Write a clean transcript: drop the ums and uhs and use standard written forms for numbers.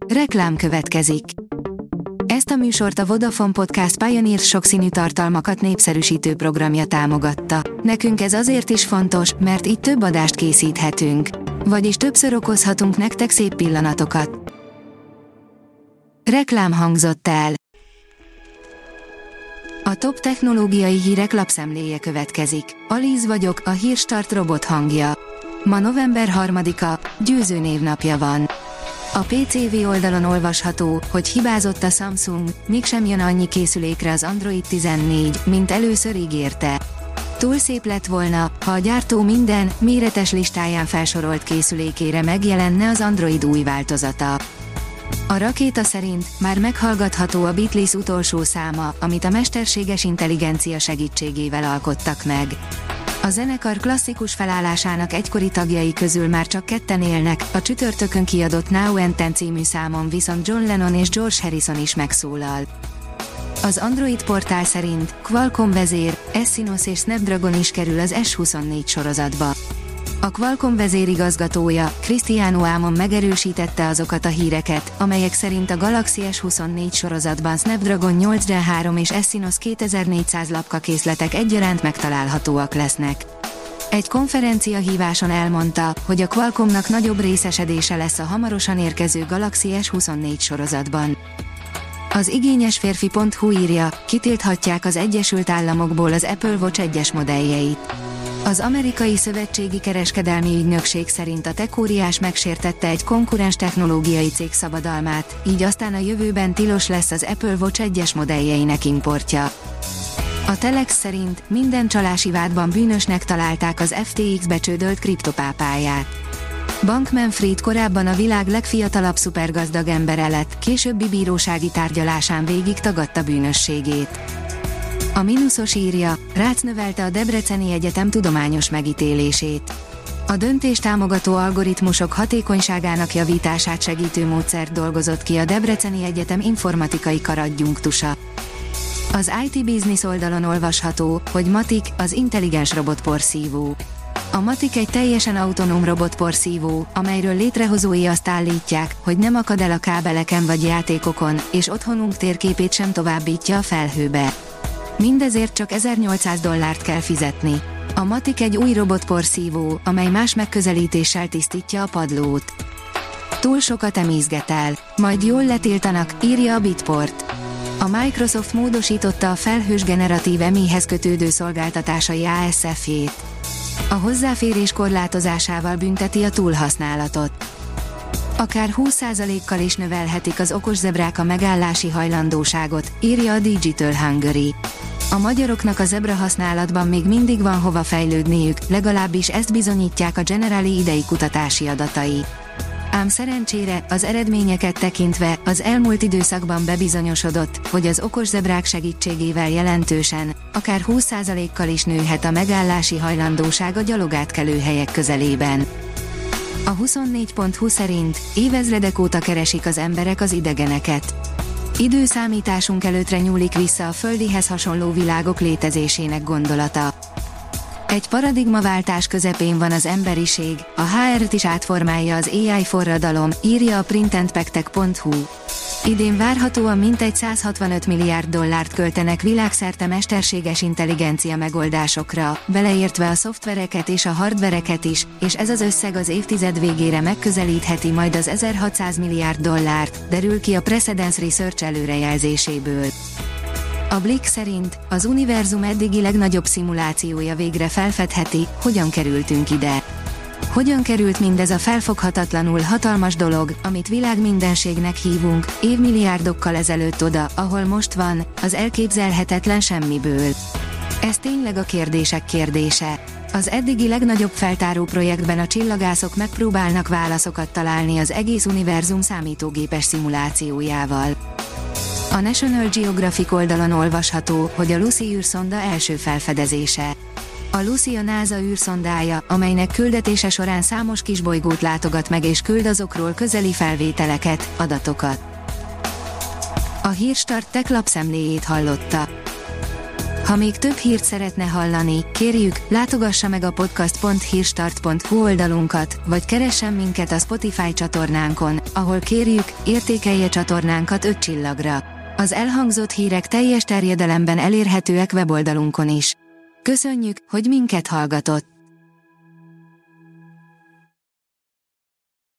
Reklám következik. Ezt a műsort a Vodafone Podcast Pioneer sokszínű tartalmakat népszerűsítő programja támogatta. Nekünk ez azért is fontos, mert így több adást készíthetünk. Vagyis többször okozhatunk nektek szép pillanatokat. Reklám hangzott el. A top technológiai hírek lapszemléje következik. Alíz vagyok, a Hírstart robot hangja. Ma november 3-a, Győző névnapja van. A PCV oldalon olvasható, hogy hibázott a Samsung, mégsem jön annyi készülékre az Android 14, mint először ígérte. Túl szép lett volna, ha a gyártó minden, méretes listáján felsorolt készülékére megjelenne az Android új változata. A rakéta szerint már meghallgatható a Beatles utolsó száma, amit a mesterséges intelligencia segítségével alkottak meg. A zenekar klasszikus felállásának egykori tagjai közül már csak ketten élnek, a csütörtökön kiadott Now and Then című számon viszont John Lennon és George Harrison is megszólal. Az Android portál szerint Qualcomm vezér, Exynos és Snapdragon is kerül az S24 sorozatba. A Qualcomm vezérigazgatója, Cristiano Amon megerősítette azokat a híreket, amelyek szerint a Galaxy S24 sorozatban Snapdragon 8 Gen 3 és Exynos 2400 lapkakészletek egyaránt megtalálhatóak lesznek. Egy konferenciahíváson elmondta, hogy a Qualcommnak nagyobb részesedése lesz a hamarosan érkező Galaxy S24 sorozatban. Az igényesférfi.hu írja, kitilthatják az Egyesült Államokból az Apple Watch 1-es modelljeit. Az amerikai szövetségi kereskedelmi ügynökség szerint a tech-óriás megsértette egy konkurens technológiai cég szabadalmát, így aztán a jövőben tilos lesz az Apple Watch 1-es modelljeinek importja. A Telex szerint minden csalási vádban bűnösnek találták az FTX becsődölt kriptopápáját. Bankman-Fried korábban a világ legfiatalabb szupergazdag embere lett, későbbi bírósági tárgyalásán végig tagadta bűnösségét. A Minusos írja, Rácz növelte a Debreceni Egyetem tudományos megítélését. A döntés támogató algoritmusok hatékonyságának javítását segítő módszert dolgozott ki a Debreceni Egyetem informatikai karadjunktusa. Az IT Business oldalon olvasható, hogy Matic, az intelligens robotporszívó. A Matic egy teljesen autonóm robotporszívó, amelyről létrehozói azt állítják, hogy nem akad el a kábeleken vagy játékokon, és otthonunk térképét sem továbbítja a felhőbe. Mindezért csak $1800 kell fizetni. A Matic egy új robotporszívó, amely más megközelítéssel tisztítja a padlót. Túl sokat emészget el, majd jól letiltanak, írja a Bitport. A Microsoft módosította a felhős generatív EMI-hez kötődő szolgáltatásai ASF-jét. A hozzáférés korlátozásával bünteti a túlhasználatot. Akár 20%-kal is növelhetik az okos zebrák a megállási hajlandóságot, írja a Digital Hungary. A magyaroknak a zebra használatban még mindig van hova fejlődniük, legalábbis ezt bizonyítják a Generali idei kutatási adatai. Ám szerencsére, az eredményeket tekintve, az elmúlt időszakban bebizonyosodott, hogy az okos zebrák segítségével jelentősen, akár 20%-kal is nőhet a megállási hajlandóság a gyalogátkelőhelyek közelében. A 24.hu szerint évezredek óta keresik az emberek az idegeneket. Időszámításunk előttre nyúlik vissza a földihez hasonló világok létezésének gondolata. Egy paradigmaváltás közepén van az emberiség, a HR-t is átformálja az AI forradalom, írja a printandpacktech.hu. Idén várhatóan mintegy $165 milliárd költenek világszerte mesterséges intelligencia megoldásokra, beleértve a szoftvereket és a hardvereket is, és ez az összeg az évtized végére megközelítheti majd az $1600 milliárd, derül ki a Precedence Research előrejelzéséből. A Blick szerint az univerzum eddigi legnagyobb szimulációja végre felfedheti, hogyan kerültünk ide. Hogyan került mindez a felfoghatatlanul hatalmas dolog, amit világmindenségnek hívunk, évmilliárdokkal ezelőtt oda, ahol most van, az elképzelhetetlen semmiből? Ez tényleg a kérdések kérdése. Az eddigi legnagyobb feltáró projektben a csillagászok megpróbálnak válaszokat találni az egész univerzum számítógépes szimulációjával. A National Geographic oldalon olvasható, hogy a Lucy űrszonda első felfedezése. A Lucy a NASA űrszondája, amelynek küldetése során számos kisbolygót látogat meg és küld azokról közeli felvételeket, adatokat. A Hírstart tech lapszemléjét hallotta. Ha még több hírt szeretne hallani, kérjük, látogassa meg a podcast.hírstart.hu oldalunkat, vagy keressen minket a Spotify csatornánkon, ahol kérjük, értékelje csatornánkat 5 csillagra. Az elhangzott hírek teljes terjedelemben elérhetőek weboldalunkon is. Köszönjük, hogy minket hallgatott!